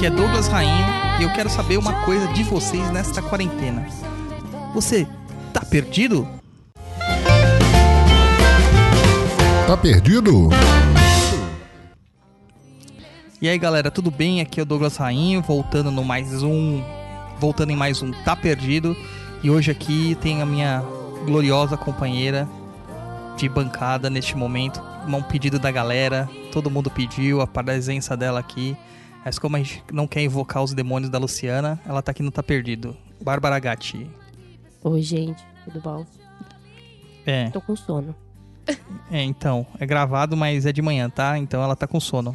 Aqui é Douglas Rainho e eu quero saber uma coisa de vocês nesta quarentena. Você tá perdido? Tá perdido? E aí galera, tudo bem? Aqui é o Douglas Rainho, voltando em mais um Tá Perdido. E hoje aqui tem a minha gloriosa companheira de bancada neste momento. Um pedido da galera, todo mundo pediu a presença dela aqui. Mas como a gente não quer invocar os demônios da Luciana, ela tá aqui no Tá Perdido. Bárbara Gatti. Oi gente, tudo bom? Tô com sono. Então, é gravado, mas é de manhã, tá? Então ela tá com sono.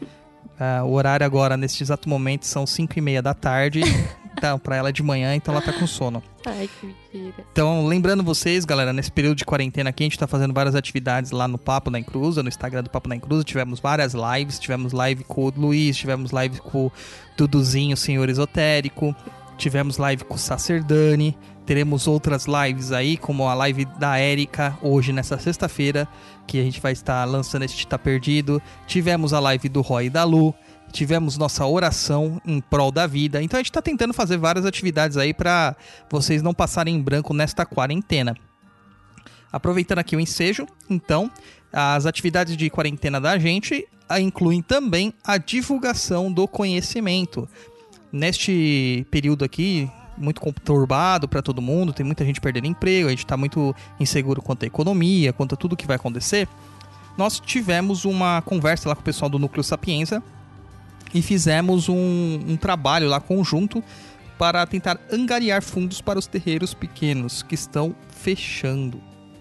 O horário agora, neste exato momento, são 5:30 da tarde. Então, pra ela é de manhã, então ela tá com sono. Ai, que mentira. Então, lembrando vocês, galera, nesse período de quarentena aqui, a gente tá fazendo várias atividades lá no Papo na Encruza, no Instagram do Papo na Encruza. Tivemos várias lives, tivemos live com o Luiz, tivemos live com o Duduzinho, Senhor Esotérico, tivemos live com o Sacerdani, teremos outras lives aí, como a live da Érica, hoje, nessa sexta-feira, que a gente vai estar lançando este Tá Perdido. Tivemos a live do Roy e da Lu. Tivemos nossa oração em prol da vida. Então a gente tá tentando fazer várias atividades aí pra vocês não passarem em branco nesta quarentena. Aproveitando aqui o ensejo, então, as atividades de quarentena da gente incluem também a divulgação do conhecimento. Neste período aqui, muito conturbado para todo mundo, tem muita gente perdendo emprego, a gente tá muito inseguro quanto à economia, quanto a tudo que vai acontecer. Nós tivemos uma conversa lá com o pessoal do Núcleo Sapienza e fizemos um trabalho lá conjunto para tentar angariar fundos para os terreiros pequenos que estão fechando.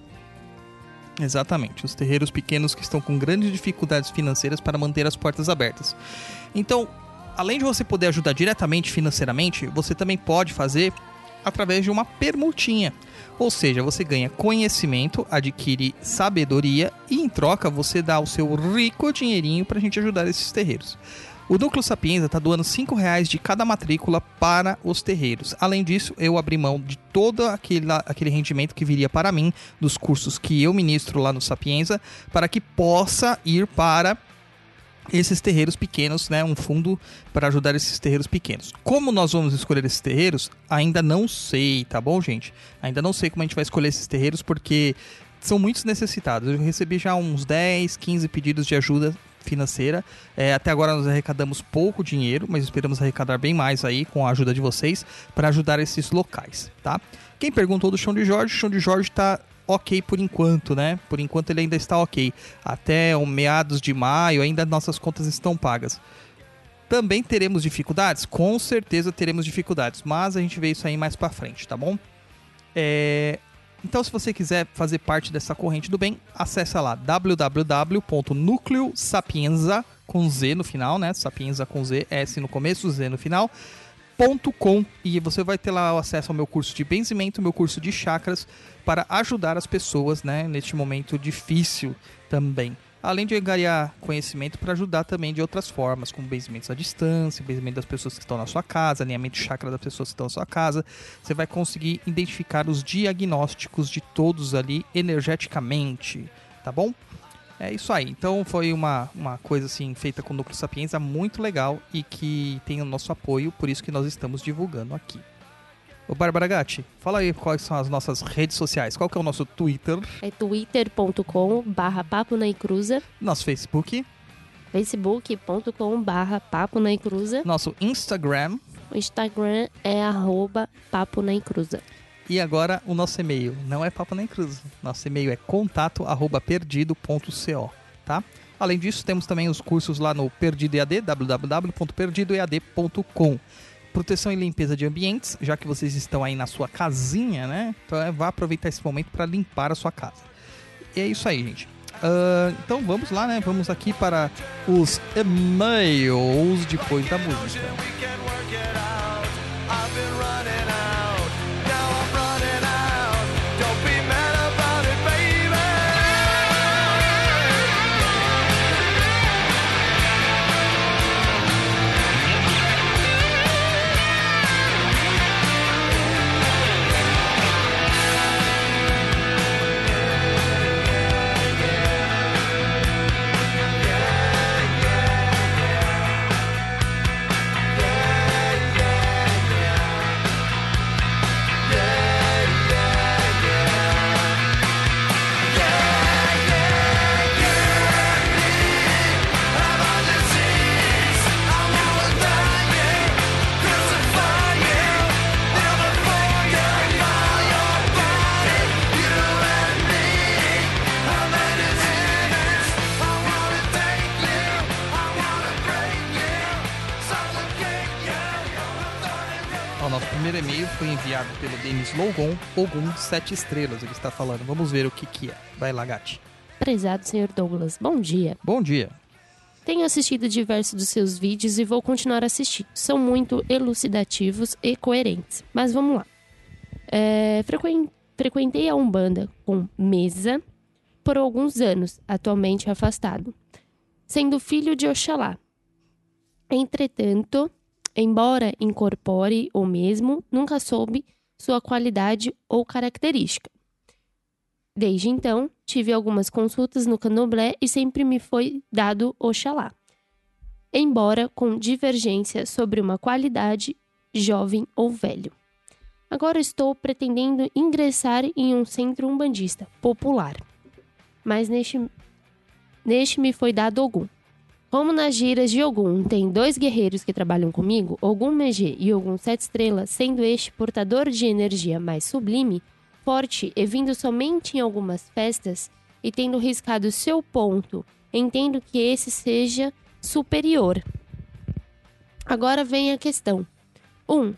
Exatamente, os terreiros pequenos que estão com grandes dificuldades financeiras para manter as portas abertas. Então, além de você poder ajudar diretamente financeiramente, você também pode fazer através de uma permutinha. Ou seja, você ganha conhecimento, adquire sabedoria e em troca você dá o seu rico dinheirinho para a gente ajudar esses terreiros. O Núcleo Sapienza está doando R$5 de cada matrícula para os terreiros. Além disso, eu abri mão de todo aquele rendimento que viria para mim, dos cursos que eu ministro lá no Sapienza, para que possa ir para esses terreiros pequenos, né? Um fundo para ajudar esses terreiros pequenos. Como nós vamos escolher esses terreiros? Ainda não sei, tá bom, gente? Ainda não sei como a gente vai escolher esses terreiros, porque são muitos necessitados. Eu recebi já uns 10, 15 pedidos de ajuda financeira. Até agora nós arrecadamos pouco dinheiro, mas esperamos arrecadar bem mais aí com a ajuda de vocês para ajudar esses locais, tá? Quem perguntou do Chão de Jorge, o Chão de Jorge tá ok por enquanto, né? Por enquanto ele ainda está ok. Até o meados de maio ainda nossas contas estão pagas. Também teremos dificuldades? Com certeza teremos dificuldades, mas a gente vê isso aí mais pra frente, tá bom? Então, se você quiser fazer parte dessa corrente do bem, acessa lá www.nucleosapienza, com Z no final, né? Sapienza com Z, S no começo, Z no final, .com, e você vai ter lá o acesso ao meu curso de benzimento, meu curso de chakras, para ajudar as pessoas, né, neste momento difícil também. Além de angariar conhecimento para ajudar também de outras formas, como benzimentos à distância, benzimento das pessoas que estão na sua casa, alinhamento de chakra das pessoas que estão na sua casa. Você vai conseguir identificar os diagnósticos de todos ali energeticamente, tá bom? É isso aí. Então foi uma coisa assim feita com o Núcleo Sapienza muito legal e que tem o nosso apoio, por isso que nós estamos divulgando aqui. Ô Bárbara Gatti, fala aí quais são as nossas redes sociais. Qual que é o nosso Twitter? É twitter.com/Papo na Encruza. Nosso Facebook? facebook.com/Papo na Encruza. Nosso Instagram? O Instagram é @Papo na Encruza. E agora o nosso e-mail. Não é Papo na Encruza. Nosso e-mail é contato@perdido.co, tá? Além disso, temos também os cursos lá no Perdido EAD, www.perdidoead.com. Proteção e limpeza de ambientes, já que vocês estão aí na sua casinha, né? Então vá aproveitar esse momento para limpar a sua casa. E é isso aí, gente. Então vamos lá, né? Vamos aqui para os e-mails depois da música. primeiro e-mail foi enviado pelo Denis Logon, Ogum de 7 estrelas, ele está falando. Vamos ver o que é. Vai lá, Gati. Prezado Sr. Douglas, bom dia. Bom dia. Tenho assistido diversos dos seus vídeos e vou continuar assistindo. São muito elucidativos e coerentes. Mas vamos lá. Frequentei a Umbanda com mesa por alguns anos, atualmente afastado, sendo filho de Oxalá. Entretanto, embora incorpore o mesmo, nunca soube sua qualidade ou característica. Desde então, tive algumas consultas no candomblé e sempre me foi dado Oxalá, embora com divergência sobre uma qualidade, jovem ou velho. Agora estou pretendendo ingressar em um centro umbandista popular, mas neste me foi dado Ogum. Como nas giras de Ogum tem 2 guerreiros que trabalham comigo, Ogum Megê e Ogum 7 estrelas, sendo este portador de energia mais sublime, forte e vindo somente em algumas festas, e tendo riscado seu ponto, entendo que esse seja superior. Agora vem a questão. 1.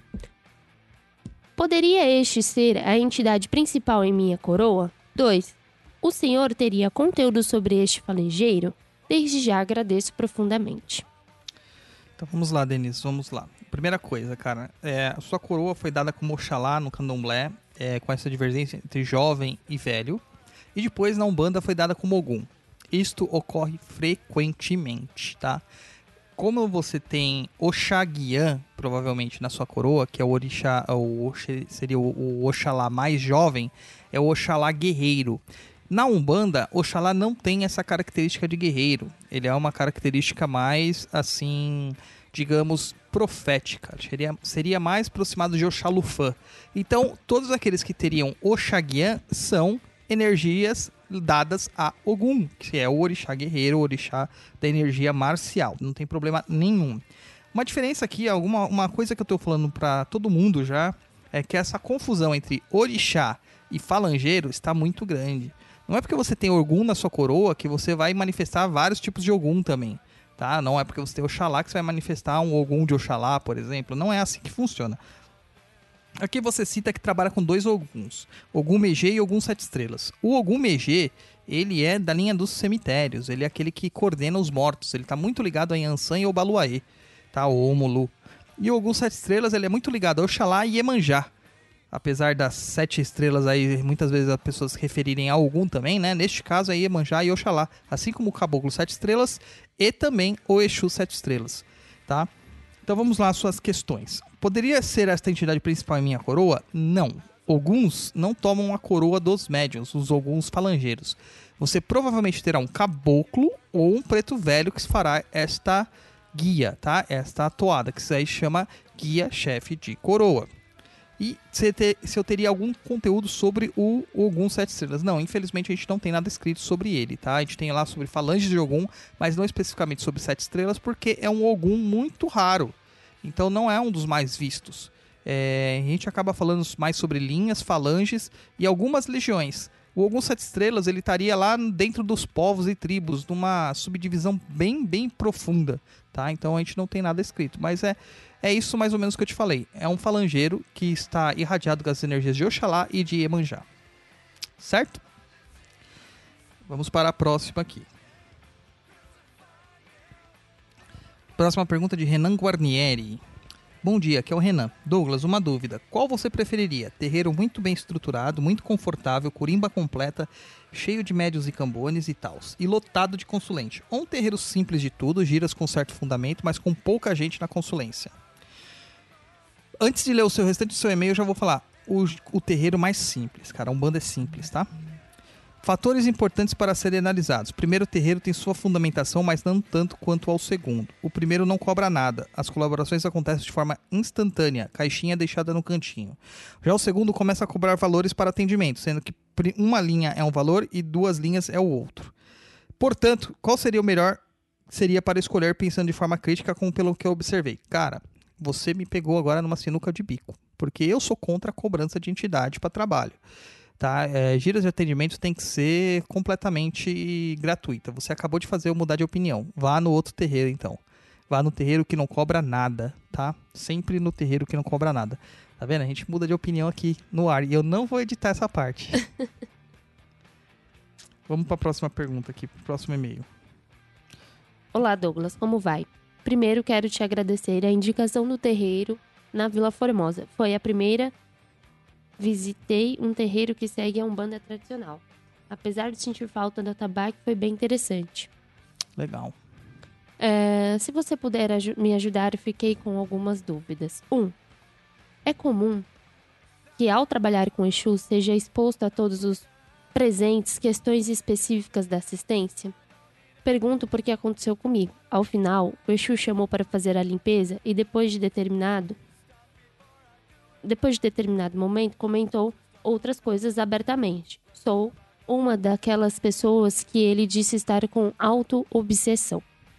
Poderia este ser a entidade principal em minha coroa? 2. O senhor teria conteúdo sobre este falangeiro? Desde já agradeço profundamente. Então vamos lá, Denis, vamos lá. Primeira coisa, cara, a sua coroa foi dada como Oxalá no candomblé, com essa divergência entre jovem e velho, e depois na Umbanda foi dada como Ogum. Isto ocorre frequentemente, tá? Como você tem Oxaguian, provavelmente, na sua coroa, que é o orixá, seria o Oxalá mais jovem, é o Oxalá guerreiro. Na Umbanda, Oxalá não tem essa característica de guerreiro. Ele é uma característica mais, assim, digamos, profética. Seria mais aproximado de Oxalufã. Então, todos aqueles que teriam Oxaguian são energias dadas a Ogum, que é o orixá guerreiro, o orixá da energia marcial. Não tem problema nenhum. Uma diferença aqui, uma coisa que eu estou falando para todo mundo já, é que essa confusão entre orixá e falangeiro está muito grande. Não é porque você tem Ogum na sua coroa que você vai manifestar vários tipos de Ogum também, tá? Não é porque você tem Oxalá que você vai manifestar um Ogum de Oxalá, por exemplo. Não é assim que funciona. Aqui você cita que trabalha com 2 Oguns, Ogum Megê e Ogum 7 estrelas. O Ogum Megê, ele é da linha dos cemitérios, ele é aquele que coordena os mortos, ele está muito ligado a Yansan e Obaluaê, tá? O Omulu. E o Ogum 7 estrelas, ele é muito ligado a Oxalá e Iemanjá. Apesar das 7 estrelas aí, muitas vezes as pessoas se referirem a Ogum também, né? Neste caso aí, Iemanjá e Oxalá. Assim como o Caboclo 7 estrelas e também o Exu 7 estrelas, tá? Então vamos lá às suas questões. Poderia ser esta entidade principal em minha coroa? Não. Oguns não tomam a coroa dos médiuns, os Oguns falangeiros. Você provavelmente terá um caboclo ou um preto velho que fará esta guia, tá? Esta toada, que isso aí chama guia-chefe de coroa. E se eu teria algum conteúdo sobre o Ogum 7 estrelas? Não, infelizmente a gente não tem nada escrito sobre ele, tá? A gente tem lá sobre falanges de Ogum, mas não especificamente sobre 7 estrelas, porque é um Ogum muito raro. Então não é um dos mais vistos. A gente acaba falando mais sobre linhas, falanges e algumas legiões. O Ogum 7 estrelas, ele estaria lá dentro dos povos e tribos, numa subdivisão bem profunda, tá? Então a gente não tem nada escrito, mas é isso mais ou menos que eu te falei. É um falangeiro que está irradiado com as energias de Oxalá e de Iemanjá. Certo? Vamos para a próxima aqui. Próxima pergunta de Renan Guarnieri. Bom dia, aqui é o Renan. Douglas, uma dúvida. Qual você preferiria? Terreiro muito bem estruturado, muito confortável, corimba completa, cheio de médios e cambones e tals, e lotado de consulente. Ou um terreiro simples de tudo, giras com certo fundamento, mas com pouca gente na consulência. Antes de ler o restante do seu e-mail, eu já vou falar. O terreiro mais simples, cara. A Umbanda é simples, tá? Fatores importantes para serem analisados. Primeiro, o terreiro tem sua fundamentação, mas não tanto quanto ao segundo. O primeiro não cobra nada. As colaborações acontecem de forma instantânea. Caixinha deixada no cantinho. Já o segundo começa a cobrar valores para atendimento, sendo que uma linha é um valor e 2 linhas é o outro. Portanto, qual seria o melhor? Seria para escolher pensando de forma crítica, como pelo que eu observei. Cara, você me pegou agora numa sinuca de bico, porque eu sou contra a cobrança de entidade para trabalho. Tá? Giras de atendimento tem que ser completamente gratuita. Você acabou de fazer eu mudar de opinião. Vá no outro terreiro, então. Vá no terreiro que não cobra nada, tá? Sempre no terreiro que não cobra nada. Tá vendo? A gente muda de opinião aqui no ar. E eu não vou editar essa parte. Vamos para a próxima pergunta aqui, pro próximo e-mail. Olá, Douglas, como vai? Primeiro, quero te agradecer a indicação do terreiro na Vila Formosa. Foi a primeira. Visitei um terreiro que segue a Umbanda tradicional. Apesar de sentir falta da tabaco, foi bem interessante. Legal. Se você puder me ajudar, eu fiquei com algumas dúvidas. 1. É comum que ao trabalhar com Exu seja exposto a todos os presentes questões específicas da assistência? Pergunto porque aconteceu comigo. Ao final, o Exu chamou para fazer a limpeza e depois de determinado momento comentou outras coisas abertamente. Sou uma daquelas pessoas que ele disse estar com auto-obsessão.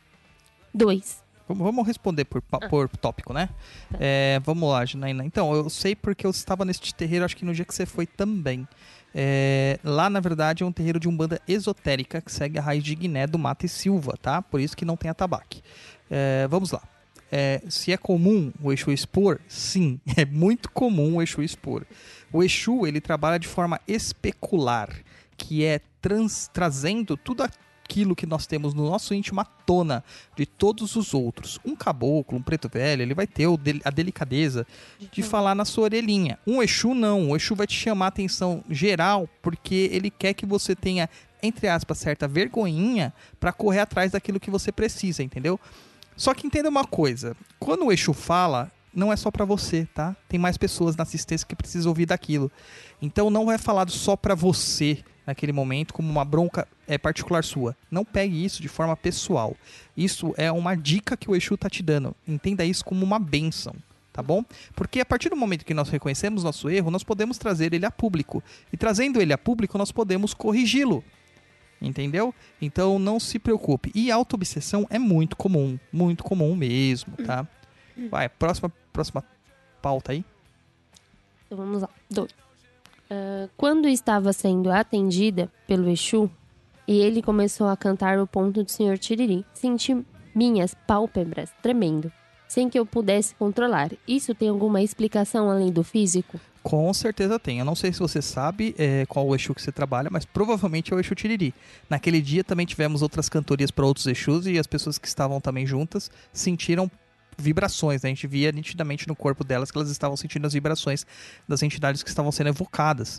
2. Vamos responder por tópico, né? Tá. Vamos lá, Janaína. Então, eu sei porque eu estava neste terreiro, acho que no dia que você foi também. Lá, na verdade, é um terreiro de umbanda esotérica que segue a raiz de Guiné do Mata e Silva, tá? Por isso que não tem atabaque. Vamos lá. Se é comum o Exu expor, sim, é muito comum o Exu expor. O Exu, ele trabalha de forma especular, que é trazendo tudo aquilo que nós temos no nosso íntimo à tona de todos os outros. Um caboclo, um preto velho, ele vai ter a delicadeza de falar na sua orelhinha. Um Exu não, o Exu vai te chamar a atenção geral porque ele quer que você tenha, entre aspas, certa vergonhinha para correr atrás daquilo que você precisa, entendeu? Só que entenda uma coisa, quando o Exu fala, não é só pra você, tá? Tem mais pessoas na assistência que precisam ouvir daquilo. Então não é falado só pra você naquele momento, como uma bronca particular sua. Não pegue isso de forma pessoal. Isso é uma dica que o Exu tá te dando. Entenda isso como uma bênção, tá bom? Porque a partir do momento que nós reconhecemos nosso erro, nós podemos trazer ele a público. E trazendo ele a público, nós podemos corrigi-lo. Entendeu? Então não se preocupe. E auto-obsessão é muito comum mesmo, tá? Vai, próxima pauta aí. Então vamos lá. 2. Quando estava sendo atendida pelo Exu e ele começou a cantar o ponto do Senhor Tiriri, senti minhas pálpebras tremendo, sem que eu pudesse controlar. Isso tem alguma explicação além do físico? Com certeza tem. Eu não sei se você sabe qual o Exu que você trabalha, mas provavelmente é o Exu Tiriri. Naquele dia também tivemos outras cantorias para outros Exus e as pessoas que estavam também juntas sentiram vibrações, né? A gente via nitidamente no corpo delas que elas estavam sentindo as vibrações das entidades que estavam sendo evocadas.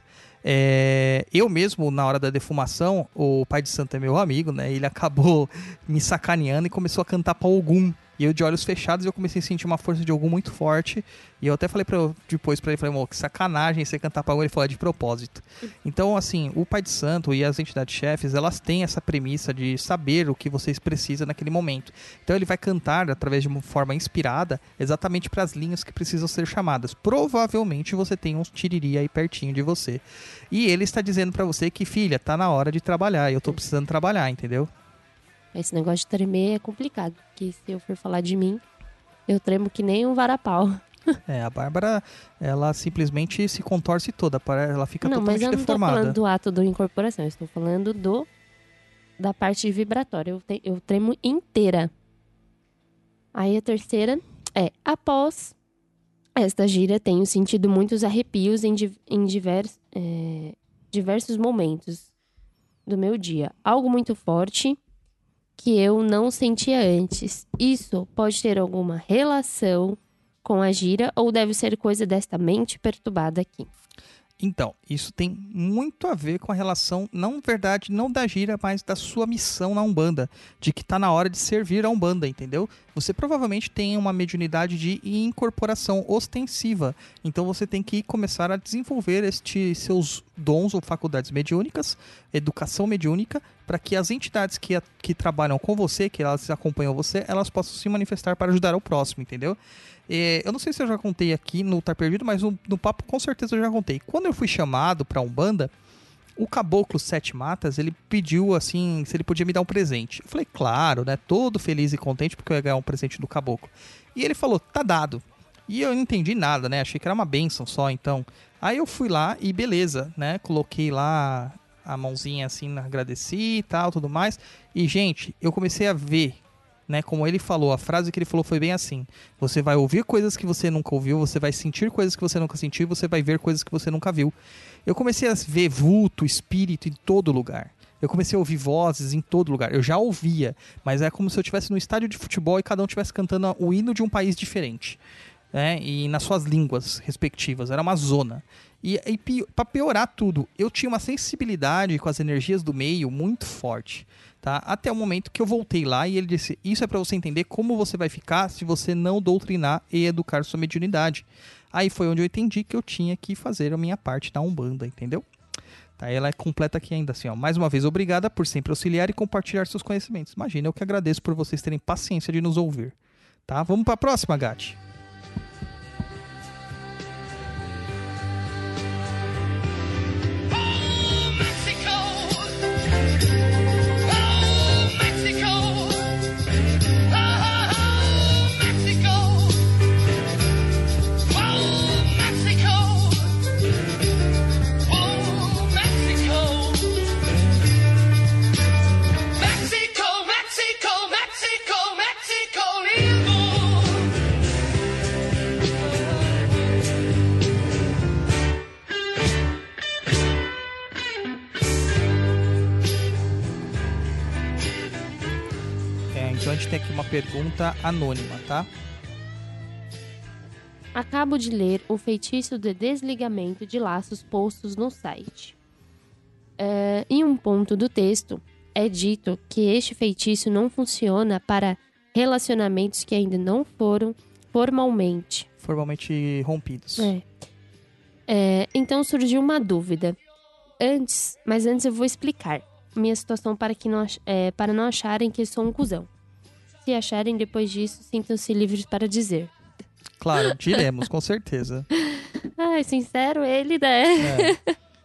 Eu mesmo, na hora da defumação, o pai de santo é meu amigo, né? Ele acabou me sacaneando e começou a cantar pra Ogum. E eu de olhos fechados eu comecei a sentir uma força de Ogum muito forte. E eu até falei depois pra ele, falei, que sacanagem você cantar pra Ogum. Ele falou, de propósito. Então, assim, o pai de santo e as entidades chefes, elas têm essa premissa de saber o que vocês precisam naquele momento. Então ele vai cantar através de uma forma inspirada exatamente para as linhas que precisam ser chamadas. Provavelmente você tem um tiriri aí pertinho de você. E ele está dizendo pra você que, filha, tá na hora de trabalhar. E eu tô precisando trabalhar, entendeu? Esse negócio de tremer é complicado, porque se eu for falar de mim, eu tremo que nem um varapau. A Bárbara, ela simplesmente se contorce toda, ela fica não, totalmente mas eu não deformada. Estou falando do ato da incorporação, eu estou falando da parte vibratória. Eu tremo inteira. Aí a terceira após esta gira, tenho sentido muitos arrepios em diversos momentos do meu dia. Algo muito forte que eu não sentia antes. Isso pode ter alguma relação com a gira ou deve ser coisa desta mente perturbada aqui? Então, isso tem muito a ver com a relação, não da gira, mas da sua missão na Umbanda, de que tá na hora de servir a Umbanda, entendeu? Você provavelmente tem uma mediunidade de incorporação ostensiva, então você tem que começar a desenvolver seus dons ou faculdades mediúnicas, educação mediúnica, para que as entidades que trabalham com você, que elas acompanham você, elas possam se manifestar para ajudar o próximo, entendeu? Eu não sei se eu já contei aqui no Tá Perdido, mas no papo com certeza eu já contei. Quando eu fui chamado pra Umbanda, o caboclo Sete Matas, ele pediu assim, se ele podia me dar um presente. Eu falei, claro, né? Todo feliz e contente porque eu ia ganhar um presente do caboclo. E ele falou, tá dado. E eu não entendi nada, né? Achei que era uma bênção só, então. Aí eu fui lá e beleza, né? Coloquei lá a mãozinha assim, agradeci e tal, tudo mais. E, gente, eu comecei a ver né? Como ele falou, a frase que ele falou foi bem assim: você vai ouvir coisas que você nunca ouviu, você vai sentir coisas que você nunca sentiu, você vai ver coisas que você nunca viu. Eu comecei a ver vulto, espírito em todo lugar. Eu comecei a ouvir vozes em todo lugar. Eu já ouvia, mas é como se eu estivesse no estádio de futebol e cada um estivesse cantando o hino de um país diferente, né? E nas suas línguas respectivas. Era uma zona. E para piorar tudo, eu tinha uma sensibilidade com as energias do meio muito forte, tá? Até o momento que eu voltei lá e ele disse: isso é para você entender como você vai ficar se você não doutrinar e educar sua mediunidade. Aí foi onde eu entendi que eu tinha que fazer a minha parte da Umbanda, entendeu? Tá, ela é completa aqui ainda assim, ó. Mais uma vez, obrigada por sempre auxiliar e compartilhar seus conhecimentos. Imagina, eu que agradeço por vocês terem paciência de nos ouvir. Tá? Vamos para a próxima, Gati. Então a gente tem aqui uma pergunta anônima, tá? Acabo de ler o feitiço de desligamento de laços postos no site. Em um ponto do texto, é dito que este feitiço não funciona para relacionamentos que ainda não foram formalmente rompidos. Então surgiu uma dúvida. Mas antes eu vou explicar minha situação para não acharem que sou um cuzão. Se acharem depois disso, sintam-se livres para dizer. Claro, diremos, com certeza. Ai, sincero ele, né?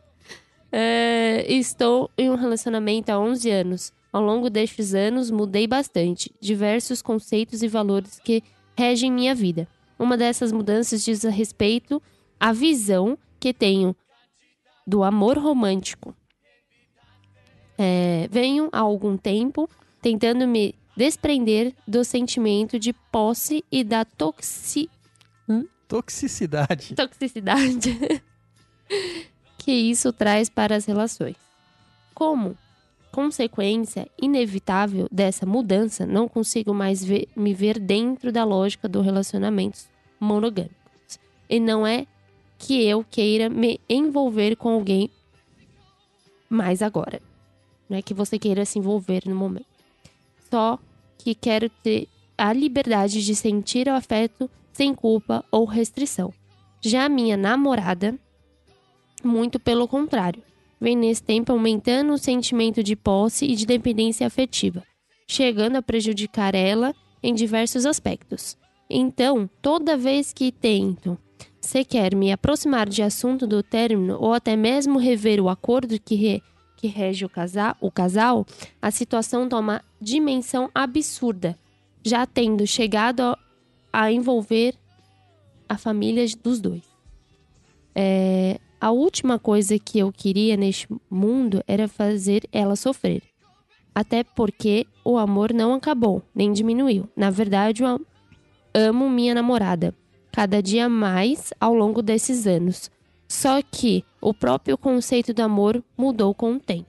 Estou em um relacionamento há 11 anos. Ao longo destes anos, mudei bastante. Diversos conceitos e valores que regem minha vida. Uma dessas mudanças diz a respeito à visão que tenho do amor romântico. Venho há algum tempo tentando me desprender do sentimento de posse e da toxicidade que isso traz para as relações. Como consequência inevitável dessa mudança, não consigo mais me ver dentro da lógica dos relacionamentos monogâmicos. E não é que eu queira me envolver com alguém mais agora. Não é que você queira se envolver no momento. Só que quero ter a liberdade de sentir o afeto sem culpa ou restrição. Já a minha namorada, muito pelo contrário, vem nesse tempo aumentando o sentimento de posse e de dependência afetiva, chegando a prejudicar ela em diversos aspectos. Então, toda vez que tento sequer me aproximar de assunto do término ou até mesmo rever o acordo que rege o casal, a situação toma dimensão absurda, já tendo chegado a envolver a família dos dois. A última coisa que eu queria neste mundo era fazer ela sofrer. Até porque o amor não acabou, nem diminuiu. Na verdade, eu amo minha namorada, cada dia mais ao longo desses anos. Só que o próprio conceito do amor mudou com o tempo.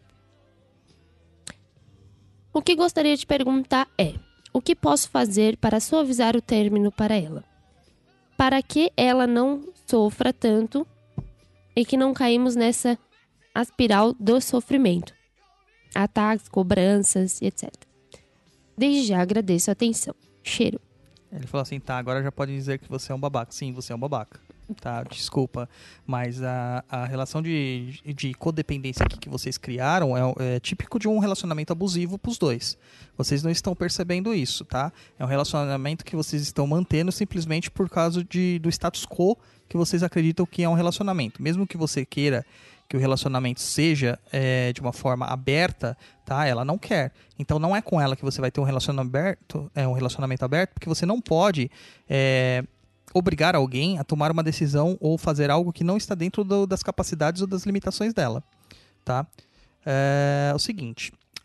O que gostaria de perguntar é: o que posso fazer para suavizar o término para ela? Para que ela não sofra tanto e que não caímos nessa espiral do sofrimento. Ataques, cobranças, etc. Desde já agradeço a atenção. Cheiro. Ele falou assim: tá, agora já pode dizer que você é um babaca. Sim, você é um babaca. Tá, desculpa, mas a relação de codependência aqui que vocês criaram é típico de um relacionamento abusivo pros dois. Vocês não estão percebendo isso, tá? É um relacionamento que vocês estão mantendo simplesmente por causa do status quo que vocês acreditam que é um relacionamento. Mesmo que você queira que o relacionamento seja de uma forma aberta, tá? Ela não quer. Então não é com ela que você vai ter um relacionamento aberto, porque você não pode obrigar alguém a tomar uma decisão ou fazer algo que não está dentro das capacidades ou das limitações dela, tá? É o seguinte,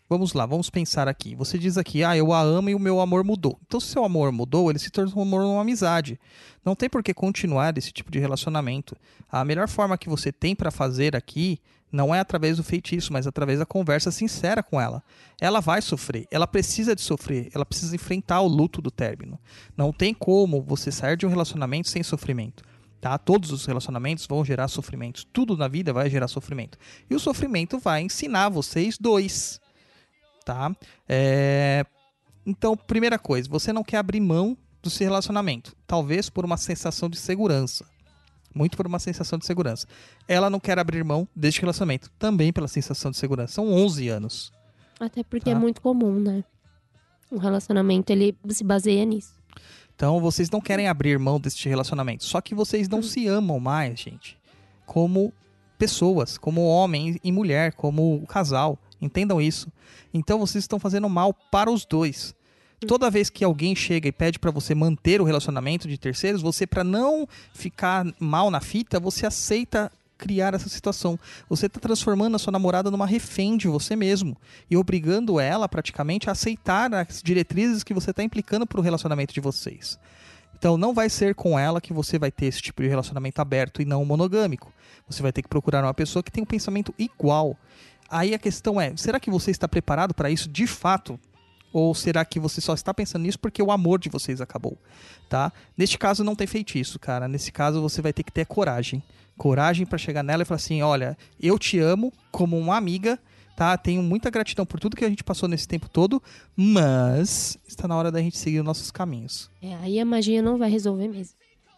vamos lá, vamos pensar aqui. Você diz aqui, eu a amo e o meu amor mudou. Então, se o seu amor mudou, ele se transformou numa amizade. Não tem por que continuar esse tipo de relacionamento. A melhor forma que você tem para fazer aqui não é através do feitiço, mas através da conversa sincera com ela. Ela vai sofrer, ela precisa de sofrer, ela precisa enfrentar o luto do término. Não tem como você sair de um relacionamento sem sofrimento. Tá? Todos os relacionamentos vão gerar sofrimentos. Tudo na vida vai gerar sofrimento. E o sofrimento vai ensinar vocês dois. Tá? Então, primeira coisa, você não quer abrir mão do seu relacionamento. Talvez por uma sensação de segurança. Muito por uma sensação de segurança. Ela não quer abrir mão deste relacionamento. Também pela sensação de segurança. São 11 anos. Até porque é muito comum, né? Um relacionamento, ele se baseia nisso. Então, vocês não querem abrir mão deste relacionamento. Só que vocês não se amam mais, gente. Como pessoas, como homem e mulher, como casal. Entendam isso. Então, vocês estão fazendo mal para os dois. Toda vez que alguém chega e pede para você manter o relacionamento de terceiros, você, para não ficar mal na fita, você aceita criar essa situação. Você está transformando a sua namorada numa refém de você mesmo e obrigando ela praticamente a aceitar as diretrizes que você está implicando para o relacionamento de vocês. Então não vai ser com ela que você vai ter esse tipo de relacionamento aberto e não monogâmico. Você vai ter que procurar uma pessoa que tem um pensamento igual. Aí a questão é, será que você está preparado para isso de fato? Ou será que você só está pensando nisso porque o amor de vocês acabou, tá? Neste caso não tem feitiço, cara. Nesse caso você vai ter que ter coragem. Coragem para chegar nela e falar assim, olha, eu te amo como uma amiga, tá? Tenho muita gratidão por tudo que a gente passou nesse tempo todo, mas está na hora da gente seguir os nossos caminhos. Aí a magia não vai resolver mesmo.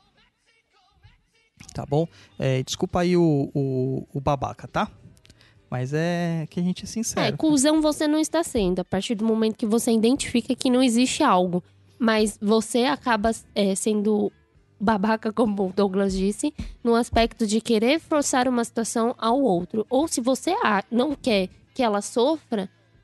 Tá bom? Desculpa aí o babaca, tá? Mas é que a gente é sincero. Cuzão você não está sendo, a partir do momento que você identifica que não existe algo. Mas você acaba sendo babaca, como o Douglas disse, no aspecto de querer forçar uma situação ao outro. Ou se você não quer que ela sofra,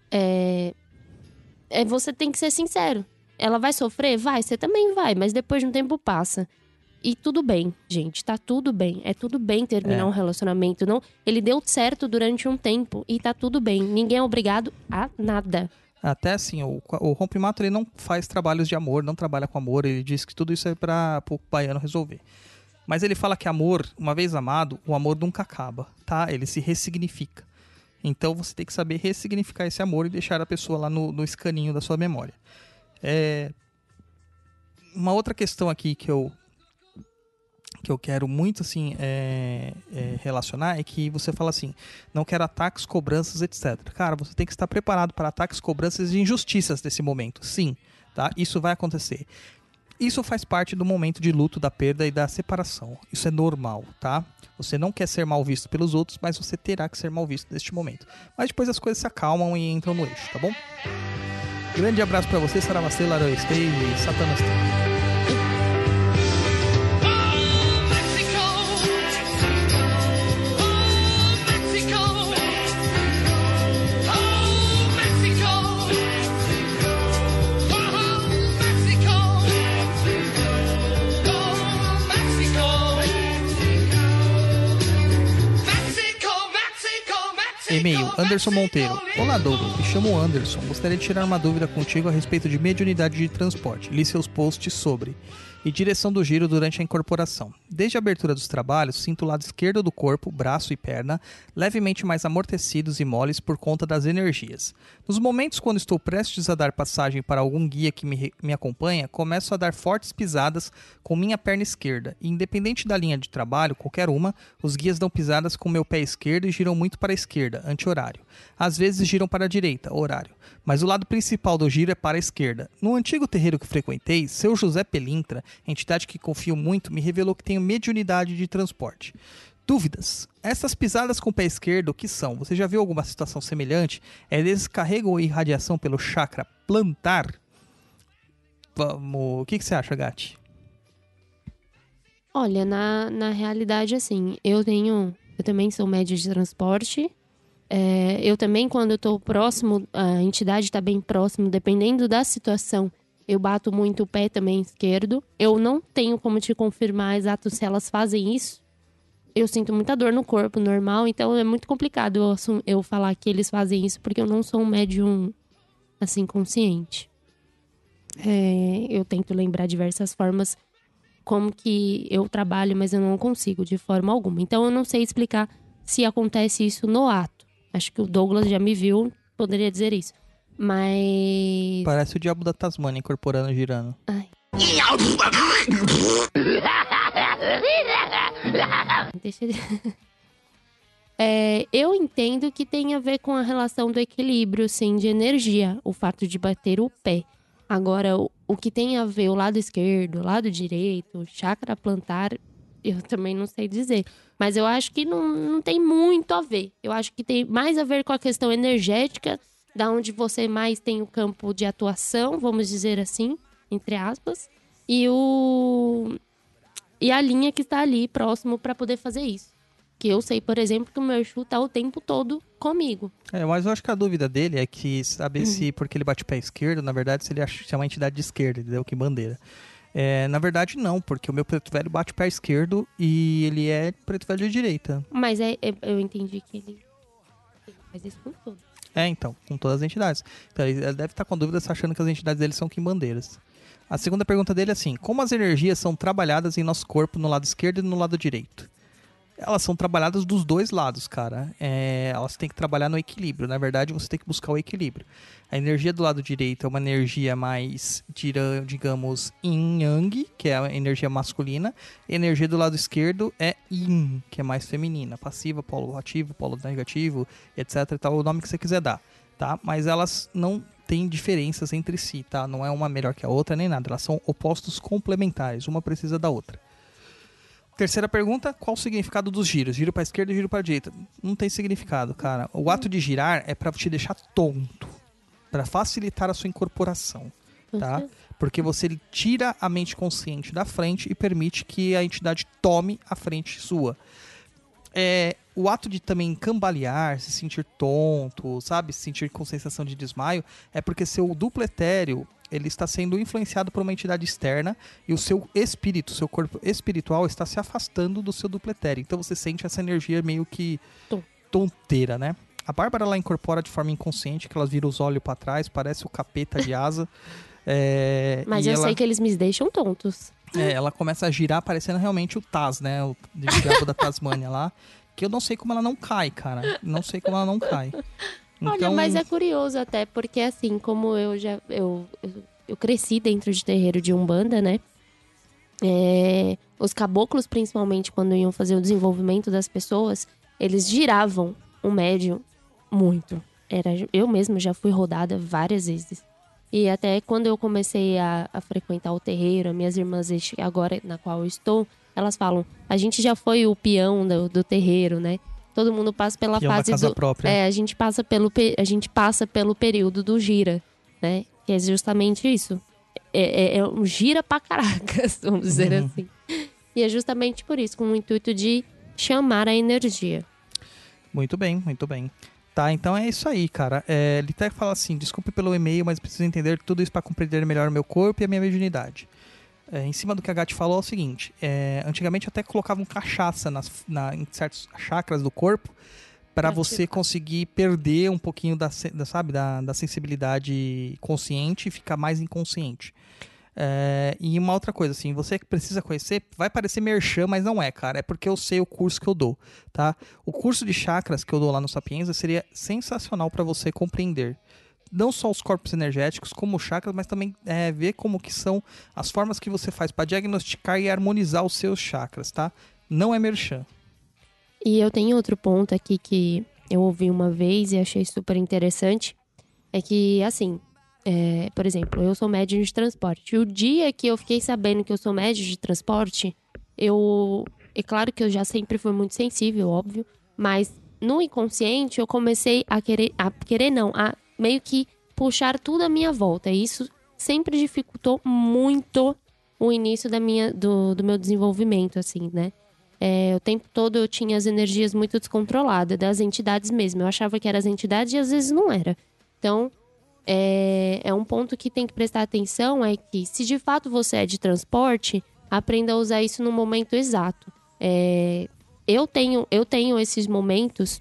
você tem que ser sincero. Ela vai sofrer? Vai, você também vai, mas depois de um tempo passa. E tudo bem, gente, tá tudo bem. É tudo bem terminar um relacionamento. Não, ele deu certo durante um tempo e tá tudo bem. Ninguém é obrigado a nada. Até assim, o Rompimato, ele não faz trabalhos de amor, não trabalha com amor. Ele diz que tudo isso é para o baiano resolver. Mas ele fala que amor, uma vez amado, o amor nunca acaba, tá? Ele se ressignifica. Então você tem que saber ressignificar esse amor e deixar a pessoa lá no escaninho da sua memória. Uma outra questão aqui que eu quero muito assim relacionar é que você fala assim, não quero ataques, cobranças, etc. Cara, você tem que estar preparado para ataques, cobranças e injustiças nesse momento. Sim, tá? Isso vai acontecer. Isso faz parte do momento de luto, da perda e da separação. Isso é normal, tá? Você não quer ser mal visto pelos outros, mas você terá que ser mal visto neste momento. Mas depois as coisas se acalmam e entram no eixo, tá bom? Grande abraço para você, Saravastê, Laroestei e Satanastei. E-mail, Anderson Monteiro. Olá, Douglas. Me chamo Anderson. Gostaria de tirar uma dúvida contigo a respeito de mediunidade de transporte. Li seus posts sobre. E direção do giro durante a incorporação. Desde a abertura dos trabalhos, sinto o lado esquerdo do corpo, braço e perna, levemente mais amortecidos e moles por conta das energias. Nos momentos quando estou prestes a dar passagem para algum guia que me acompanha, começo a dar fortes pisadas com minha perna esquerda. E independente da linha de trabalho, qualquer uma, os guias dão pisadas com meu pé esquerdo e giram muito para a esquerda, anti-horário. Às vezes giram para a direita, horário. Mas o lado principal do giro é para a esquerda. No antigo terreiro que frequentei, seu José Pelintra, entidade que confio muito, me revelou que tenho mediunidade de transporte. Dúvidas? Essas pisadas com o pé esquerdo, o que são? Você já viu alguma situação semelhante? É descarrego ou irradiação pelo chakra plantar? Vamos... O que você acha, Gatti? Olha, na realidade, assim, eu também sou média de transporte. Eu também, quando eu tô próximo, a entidade tá bem próximo, dependendo da situação, eu bato muito o pé também esquerdo. Eu não tenho como te confirmar exato se elas fazem isso, eu sinto muita dor no corpo normal, então é muito complicado eu falar que eles fazem isso, porque eu não sou um médium, assim, consciente. Eu tento lembrar diversas formas como que eu trabalho, mas eu não consigo de forma alguma. Então eu não sei explicar se acontece isso no ato. Acho que o Douglas já me viu, poderia dizer isso. Mas... Parece o diabo da Tasmânia incorporando, girando. Ai. Deixa eu... eu entendo que tem a ver com a relação do equilíbrio, sim, de energia. O fato de bater o pé. Agora, o que tem a ver o lado esquerdo, o lado direito, chakra plantar, eu também não sei dizer. Mas eu acho que não tem muito a ver. Eu acho que tem mais a ver com a questão energética, da onde você mais tem o campo de atuação, vamos dizer assim, entre aspas, e a linha que está ali próximo para poder fazer isso. Que eu sei, por exemplo, que o meu Exu tá o tempo todo comigo. Mas eu acho que a dúvida dele é que saber se, porque ele bate o pé esquerdo, na verdade, se ele é uma entidade de esquerda, entendeu? Que bandeira. Na verdade, não, porque o meu preto velho bate o pé esquerdo e ele é preto velho de direita. Mas eu entendi que ele faz isso com tudo. Então, com todas as entidades. Então, ele deve estar com dúvida achando que as entidades dele são quimbandeiras. A segunda pergunta dele é assim: como as energias são trabalhadas em nosso corpo no lado esquerdo e no lado direito? Elas são trabalhadas dos dois lados, cara. Elas têm que trabalhar no equilíbrio. Na verdade, você tem que buscar o equilíbrio. A energia do lado direito é uma energia mais, digamos, yin-yang, que é a energia masculina. E a energia do lado esquerdo é yin, que é mais feminina. Passiva, polo ativo, polo negativo, etc. E tal, o nome que você quiser dar, tá? Mas elas não têm diferenças entre si, tá? Não é uma melhor que a outra, nem nada. Elas são opostos complementares. Uma precisa da outra. Terceira pergunta, qual o significado dos giros? Giro para esquerda e giro para direita. Não tem significado, cara. O ato de girar é para te deixar tonto, para facilitar a sua incorporação, tá? Porque você tira a mente consciente da frente e permite que a entidade tome a frente sua. O ato de também cambalear, se sentir tonto, sabe? Se sentir com sensação de desmaio, é porque seu duplo etéreo, ele está sendo influenciado por uma entidade externa e o seu espírito, seu corpo espiritual está se afastando do seu duplo etéreo. Então você sente essa energia meio que tonteira, né? A Bárbara, ela incorpora de forma inconsciente, que ela vira os olhos para trás, parece o capeta de asa. Mas eu sei que eles me deixam tontos. Ela começa a girar parecendo realmente o Taz, né? O diabo da Tasmânia lá. Que eu não sei como ela não cai, cara. Não sei como ela não cai. Então... Olha, mas é curioso até, porque assim, como eu cresci dentro de terreiro de Umbanda, né? Os caboclos, principalmente, quando iam fazer o desenvolvimento das pessoas, eles giravam o médium muito. Eu mesma já fui rodada várias vezes. E até quando eu comecei a frequentar o terreiro, as minhas irmãs, agora na qual eu estou, elas falam, a gente já foi o peão do terreiro, né? Todo mundo passa pela peão fase da casa própria. A gente passa pelo período do gira, né? Que é justamente isso. É um gira pra caracas, vamos dizer assim. E é justamente por isso, com o intuito de chamar a energia. Muito bem, muito bem. Tá, então é isso aí, cara. Ele até fala assim, desculpe pelo e-mail, mas preciso entender tudo isso para compreender melhor o meu corpo e a minha mediunidade. Em cima do que a Gatti falou é o seguinte, antigamente até colocavam cachaça em certos chakras do corpo para você conseguir perder um pouquinho da sensibilidade consciente e ficar mais inconsciente. E uma outra coisa, assim, você que precisa conhecer, vai parecer merchan, mas não é, cara. É porque eu sei o curso que eu dou, tá? O curso de chakras que eu dou lá no Sapienza seria sensacional para você compreender. Não só os corpos energéticos, como os chakras, mas também ver como que são as formas que você faz para diagnosticar e harmonizar os seus chakras, tá? Não é merchan. E eu tenho outro ponto aqui que eu ouvi uma vez e achei super interessante. É que, assim... por exemplo, eu sou médium de transporte. O dia que eu fiquei sabendo que eu sou médium de transporte, é claro que eu já sempre fui muito sensível, óbvio, mas no inconsciente eu comecei a meio que puxar tudo à minha volta. E isso sempre dificultou muito o início do meu desenvolvimento, assim, né? O tempo todo eu tinha as energias muito descontroladas, das entidades mesmo. Eu achava que eram as entidades e às vezes não era. Então... É um ponto que tem que prestar atenção, é que se de fato você é de transporte, aprenda a usar isso no momento exato. eu tenho esses momentos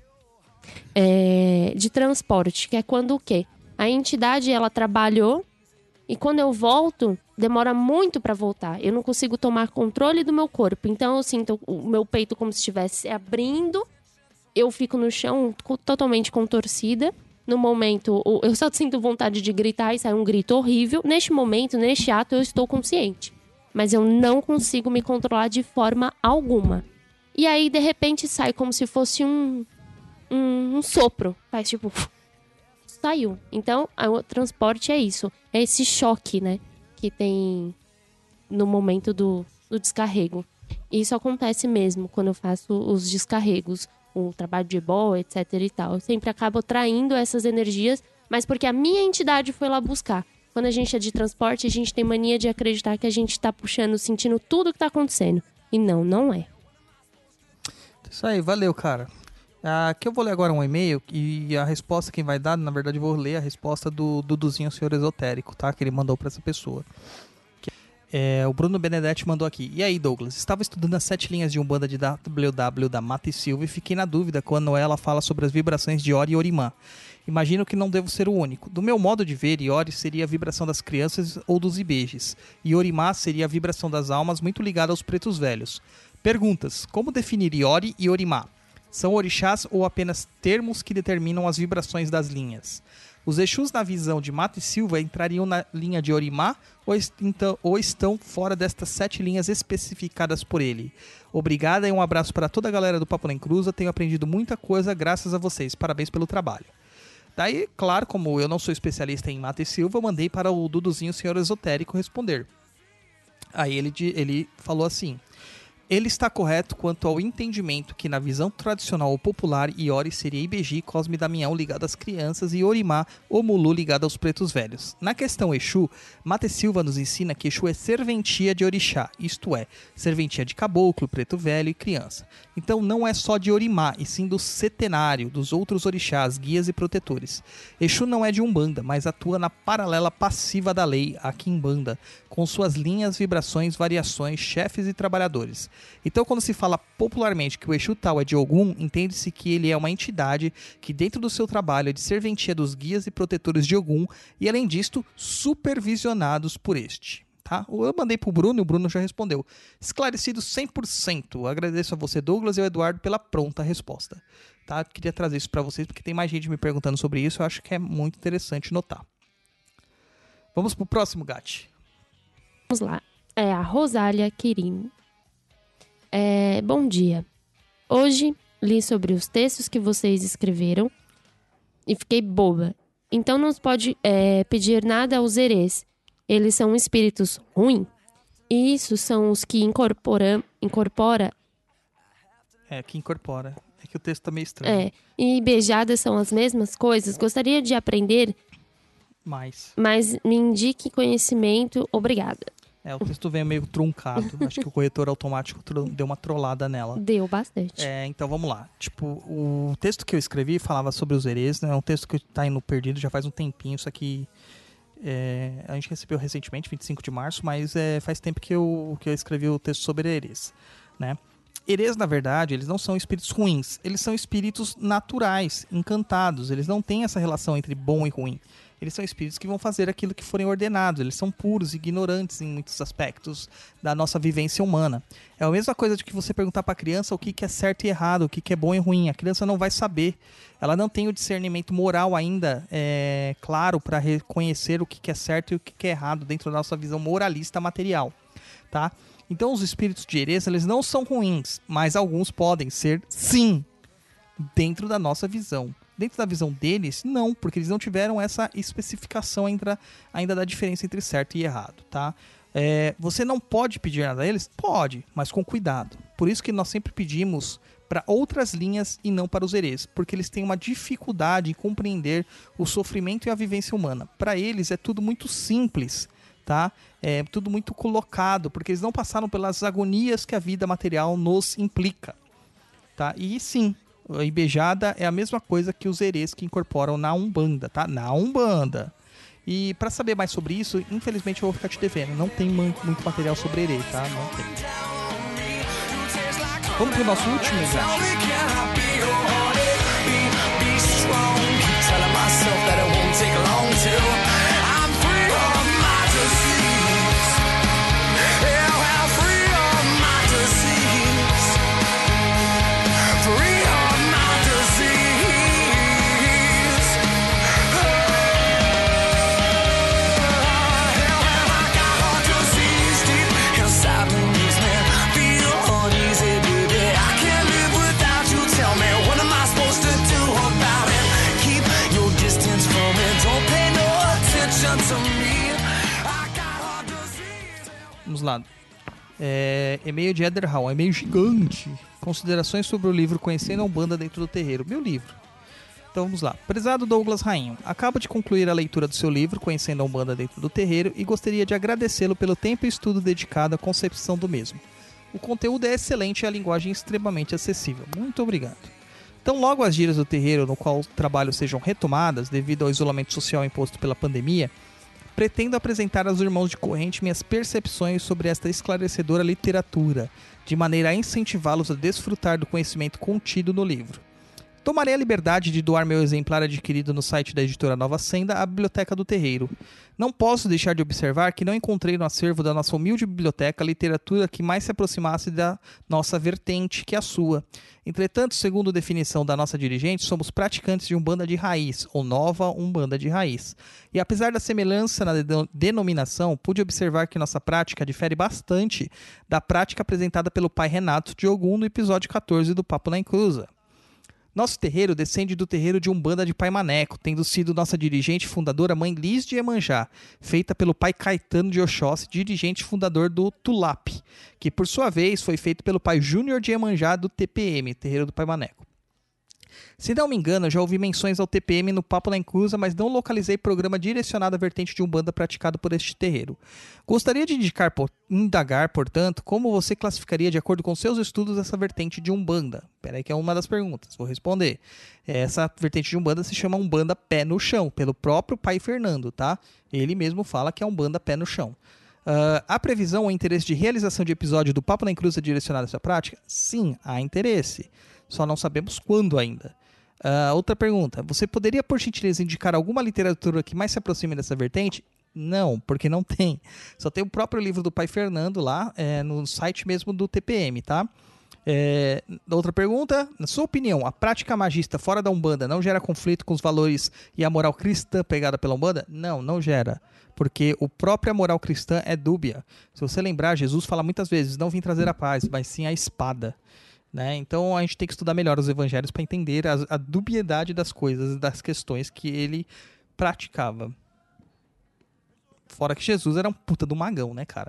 de transporte, que é quando o quê? A entidade, ela trabalhou e quando eu volto, demora muito para voltar. Eu não consigo tomar controle do meu corpo. Então, eu sinto o meu peito como se estivesse abrindo. Eu fico no chão totalmente contorcida. No momento, eu só sinto vontade de gritar e sai um grito horrível. Neste momento, neste ato, eu estou consciente. Mas eu não consigo me controlar de forma alguma. E aí, de repente, sai como se fosse um sopro. Faz tipo... Saiu. Então, o transporte é isso. É esse choque, né? Que tem no momento do descarrego. E isso acontece mesmo quando eu faço os descarregos. O trabalho de ebó, etc e tal. Eu sempre acabo traindo essas energias, mas porque a minha entidade foi lá buscar. Quando a gente é de transporte, a gente tem mania de acreditar que a gente tá puxando, sentindo tudo que tá acontecendo. E não é. Isso aí, valeu, cara. Aqui eu vou ler agora um e-mail e a resposta quem vai dar, na verdade eu vou ler a resposta do Duduzinho Senhor Esotérico, tá? Que ele mandou pra essa pessoa. O Bruno Benedetti mandou aqui. E aí, Douglas? Estava estudando as 7 linhas de Umbanda de WW da Mata e Silva e fiquei na dúvida quando ela fala sobre as vibrações de Ori e Orimã. Imagino que não devo ser o único. Do meu modo de ver, Iori seria a vibração das crianças ou dos ibejes. E Orimã seria a vibração das almas muito ligada aos pretos velhos. Perguntas. Como definir Iori e Orimã? São orixás ou apenas termos que determinam as vibrações das linhas? Os Exus, na visão de Mata e Silva, entrariam na linha de Orimã ou estão fora destas 7 linhas especificadas por ele? Obrigada e um abraço para toda a galera do Papo Nem Cruza. Tenho aprendido muita coisa graças a vocês. Parabéns pelo trabalho. Daí, claro, como eu não sou especialista em Mata e Silva, eu mandei para o Duduzinho Senhor Esotérico responder. Aí ele falou assim... Ele está correto quanto ao entendimento que na visão tradicional ou popular, Iori seria Ibeji, Cosme e Damião ligado às crianças e Orimã ou Mulu ligado aos pretos velhos. Na questão Exu, Mata e Silva nos ensina que Exu é serventia de orixá, isto é, serventia de caboclo, preto velho e criança. Então não é só de Orimã, e sim do setenário, dos outros orixás, guias e protetores. Exu não é de Umbanda, mas atua na paralela passiva da lei, a Quimbanda, com suas linhas, vibrações, variações, chefes e trabalhadores. Então, quando se fala popularmente que o Exu tal é de Ogum, entende-se que ele é uma entidade que dentro do seu trabalho é de serventia dos guias e protetores de Ogum e, além disto, supervisionados por este. Tá? Eu mandei pro Bruno e o Bruno já respondeu. Esclarecido 100%. Agradeço a você, Douglas, e ao Eduardo pela pronta resposta. Tá? Queria trazer isso para vocês porque tem mais gente me perguntando sobre isso. Eu acho que é muito interessante notar. Vamos pro próximo, Gatti. Vamos lá. É a Rosália Quirim. Bom dia. Hoje li sobre os textos que vocês escreveram e fiquei boba. Então não se pode pedir nada aos herês. Eles são espíritos ruins. E isso são os que incorpora. Que incorpora. É que o texto tá meio estranho. E beijadas são as mesmas coisas. Gostaria de aprender mais. Mas me indique conhecimento. Obrigada. O texto veio meio truncado. Acho que o corretor automático deu uma trollada nela. Deu bastante. Então vamos lá. O texto que eu escrevi falava sobre os herês, né? É um texto que tá indo perdido já faz um tempinho. Isso aqui a gente recebeu recentemente, 25 de março, mas faz tempo que eu escrevi o texto sobre herês, né? Herês, na verdade, eles não são espíritos ruins. Eles são espíritos naturais, encantados. Eles não têm essa relação entre bom e ruim. Eles são espíritos que vão fazer aquilo que forem ordenados. Eles são puros, ignorantes em muitos aspectos da nossa vivência humana. É a mesma coisa de que você perguntar para a criança o que é certo e errado, o que é bom e ruim. A criança não vai saber. Ela não tem o discernimento moral ainda claro para reconhecer o que é certo e o que é errado dentro da nossa visão moralista material, tá? Então os espíritos de herês, eles não são ruins, mas alguns podem ser, sim, dentro da nossa visão. Dentro da visão deles, não, porque eles não tiveram essa especificação ainda da diferença entre certo e errado, tá? Você não pode pedir nada a eles? Pode, mas com cuidado. Por isso que nós sempre pedimos para outras linhas e não para os herês, porque eles têm uma dificuldade em compreender o sofrimento e a vivência humana. Para eles é tudo muito simples, tá? É tudo muito colocado, porque eles não passaram pelas agonias que a vida material nos implica, tá? E sim, a Ibejada é a mesma coisa que os herês que incorporam na Umbanda, tá? Na Umbanda. E para saber mais sobre isso, infelizmente eu vou ficar te devendo. Não tem muito material sobre herê, tá? Não tem. Vamos pro nosso último, gente. Vamos lá. E-mail de Eder Hall, e-mail gigante. Considerações sobre o livro Conhecendo a Umbanda Dentro do Terreiro. Meu livro. Então vamos lá. Prezado Douglas Rainho, acabo de concluir a leitura do seu livro Conhecendo a Umbanda Dentro do Terreiro e gostaria de agradecê-lo pelo tempo e estudo dedicado à concepção do mesmo. O conteúdo é excelente e a linguagem extremamente acessível. Muito obrigado. Então, logo as gírias do terreiro no qual o trabalho sejam retomadas devido ao isolamento social imposto pela pandemia, pretendo apresentar aos irmãos de corrente minhas percepções sobre esta esclarecedora literatura, de maneira a incentivá-los a desfrutar do conhecimento contido no livro. Tomarei a liberdade de doar meu exemplar adquirido no site da editora Nova Senda à Biblioteca do Terreiro. Não posso deixar de observar que não encontrei no acervo da nossa humilde biblioteca literatura que mais se aproximasse da nossa vertente que a sua. Entretanto, segundo definição da nossa dirigente, somos praticantes de Umbanda de raiz, ou nova Umbanda de raiz. E apesar da semelhança na denominação, pude observar que nossa prática difere bastante da prática apresentada pelo pai Renato de Ogum no episódio 14 do Papo na Encruza. Nosso terreiro descende do terreiro de Umbanda de Pai Maneco, tendo sido nossa dirigente fundadora Mãe Liz de Iemanjá, feita pelo pai Caetano de Oxóssi, dirigente fundador do Tulap, que por sua vez foi feito pelo pai Júnior de Iemanjá do TPM, Terreiro do Pai Maneco. Se não me engano, já ouvi menções ao TPM no Papo na Encruza, mas não localizei programa direcionado à vertente de Umbanda praticado por este terreiro. Gostaria de indagar, portanto, como você classificaria de acordo com seus estudos essa vertente de Umbanda? Espera aí que é uma das perguntas, vou responder. Essa vertente de Umbanda se chama Umbanda Pé no Chão, pelo próprio pai Fernando, tá? Ele mesmo fala que é Umbanda Pé no Chão. Há previsão ou interesse de realização de episódio do Papo na Encruza direcionado a essa prática? Sim, há interesse. Só não sabemos quando ainda. Outra pergunta. Você poderia, por gentileza, indicar alguma literatura que mais se aproxime dessa vertente? Não, porque não tem. Só tem o próprio livro do pai Fernando lá, no site mesmo do TPM, tá? Outra pergunta. Na sua opinião, a prática magista fora da Umbanda não gera conflito com os valores e a moral cristã pegada pela Umbanda? Não, não gera. Porque a própria moral cristã é dúbia. Se você lembrar, Jesus fala muitas vezes, não vim trazer a paz, mas sim a espada. Né? Então a gente tem que estudar melhor os evangelhos para entender a dubiedade das coisas, das questões que ele praticava. Fora que Jesus era um puta do magão, né, cara?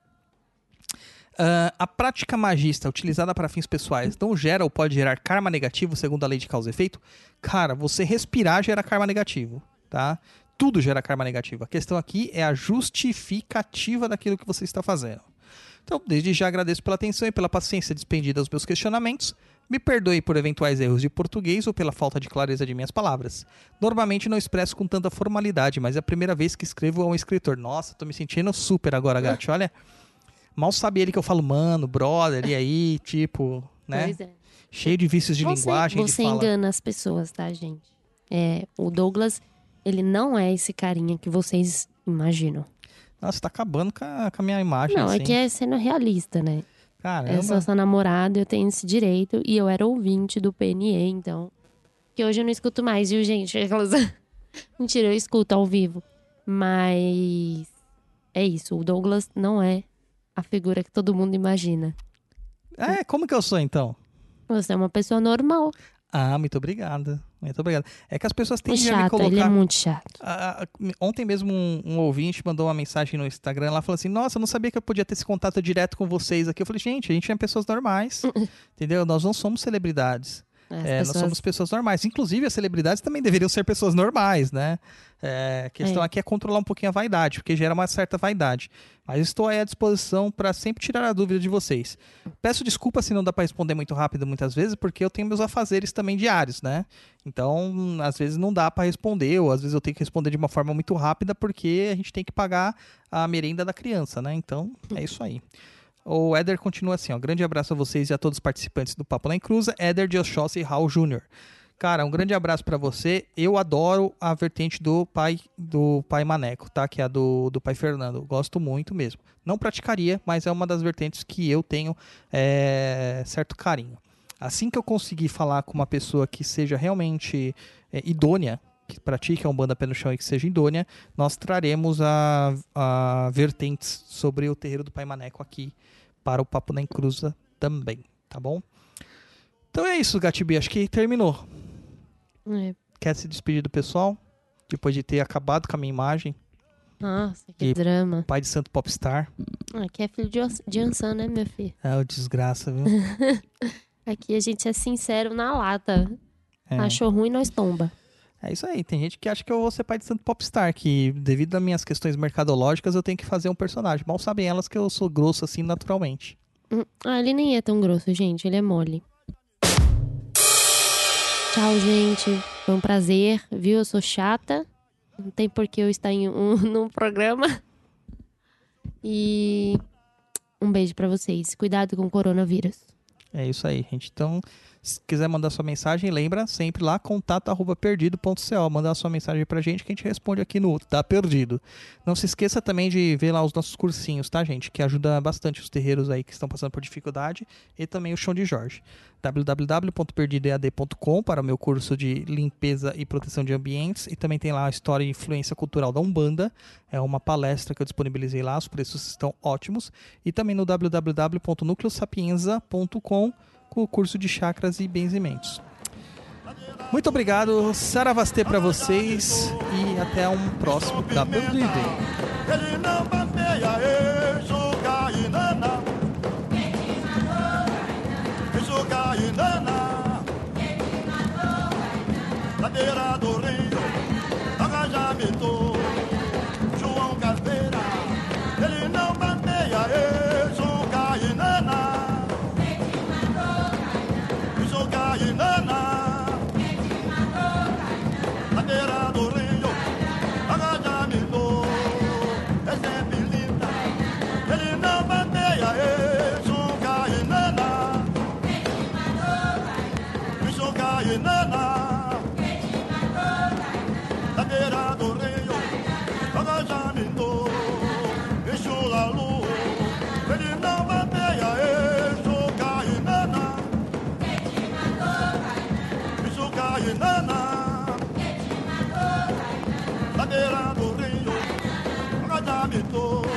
A prática magista utilizada para fins pessoais não gera ou pode gerar karma negativo segundo a lei de causa e efeito? Cara, você respirar gera karma negativo, tá? Tudo gera karma negativo. A questão aqui é a justificativa daquilo que você está fazendo. Então, desde já agradeço pela atenção e pela paciência despendida aos meus questionamentos. Me perdoe por eventuais erros de português ou pela falta de clareza de minhas palavras. Normalmente não expresso com tanta formalidade, mas é a primeira vez que escrevo a um escritor. Nossa, tô me sentindo super agora, Gatti. Olha, mal sabe ele que eu falo, mano, brother, e aí, tipo, né? Pois é. Cheio de vícios de linguagem, de Você fala. engana as pessoas, tá, gente? O Douglas, ele não é esse carinha que vocês imaginam. Nossa, tá acabando com a minha imagem, Não, assim. é que é sendo realista, né? Caramba. Eu sou sua namorada, eu tenho esse direito. E eu era ouvinte do PNE, então... Que hoje eu não escuto mais, viu, gente? Mentira, eu escuto ao vivo. Mas... é isso, o Douglas não é a figura que todo mundo imagina. Como que eu sou, então? Você é uma pessoa normal. Ah, muito obrigado. Muito obrigado. É que as pessoas tendem a me Chato, colocar... ele é muito chato. Ontem mesmo um ouvinte mandou uma mensagem no Instagram lá, falou assim, nossa, eu não sabia que eu podia ter esse contato direto com vocês aqui. Eu falei, gente, a gente é pessoas normais, entendeu? Nós não somos celebridades. Nós somos pessoas normais. Inclusive, as celebridades também deveriam ser pessoas normais, né? A questão aqui é controlar um pouquinho a vaidade, porque gera uma certa vaidade. Mas estou aí à disposição para sempre tirar a dúvida de vocês. Peço desculpa se não dá para responder muito rápido muitas vezes, porque eu tenho meus afazeres também diários, né? Então, às vezes não dá para responder, ou às vezes eu tenho que responder de uma forma muito rápida, porque a gente tem que pagar a merenda da criança, né? Então, é isso aí. O Éder continua assim, ó. Grande abraço a vocês e a todos os participantes do Papo na Encruza. Éder de Oxóssi e Raul Júnior. Cara, um grande abraço pra você. Eu adoro a vertente do pai Maneco, tá? Que é a do pai Fernando. Gosto muito mesmo. Não praticaria, mas é uma das vertentes que eu tenho certo carinho. Assim que eu conseguir falar com uma pessoa que seja realmente idônea, que pratique a Umbanda pé no chão e que seja idônea, nós traremos a vertentes sobre o terreiro do pai Maneco aqui para o Papo na Encruza também, tá bom? Então é isso, Gatibi, acho que terminou. Quer se despedir do pessoal? Depois de ter acabado com a minha imagem? Nossa, que drama. Pai de santo popstar. Aqui é filho de Ansan, né, meu filho? É, o desgraça, viu? Aqui a gente é sincero na lata. Achou ruim, nós tomba. É isso aí, tem gente que acha que eu vou ser pai de santo popstar, que devido às minhas questões mercadológicas eu tenho que fazer um personagem. Mal sabem elas que eu sou grosso assim naturalmente. Ele nem é tão grosso, gente, ele é mole. Tchau, gente. Foi um prazer, viu? Eu sou chata. Não tem por que eu estar num programa. E um beijo pra vocês. Cuidado com o coronavírus. É isso aí, gente. Então, se quiser mandar sua mensagem, lembra sempre lá, contato@perdido.co. Manda sua mensagem pra gente que a gente responde aqui no Tá Perdido. Não se esqueça também de ver lá os nossos cursinhos, tá, gente? Que ajuda bastante os terreiros aí que estão passando por dificuldade. E também o Chão de Jorge. www.perdidoead.com para o meu curso de limpeza e proteção de ambientes. E também tem lá a história e influência cultural da Umbanda. É uma palestra que eu disponibilizei lá, os preços estão ótimos. E também no www.nucleosapienza.com com o curso de chakras e benzimentos. Muito obrigado, Saravastê pra vocês e até um próximo Tá Perdido. Ele não bandeia, Exuca Inanna. Exuca Inanna. Na beira do rio, Agajamito, João Caveira. Ele não bandeia, Exuca Inanna. Exuca Inanna. Na beira do rio, Agajamito. É sempre linda. Ele não bandeia, Exuca Inanna. Exuca Inanna. Na beira do rio, Agajamito. Exulalu. Ele não bandeia, Exuca Inanna. Exuca Inanna. Na beira do rio, Agajamito.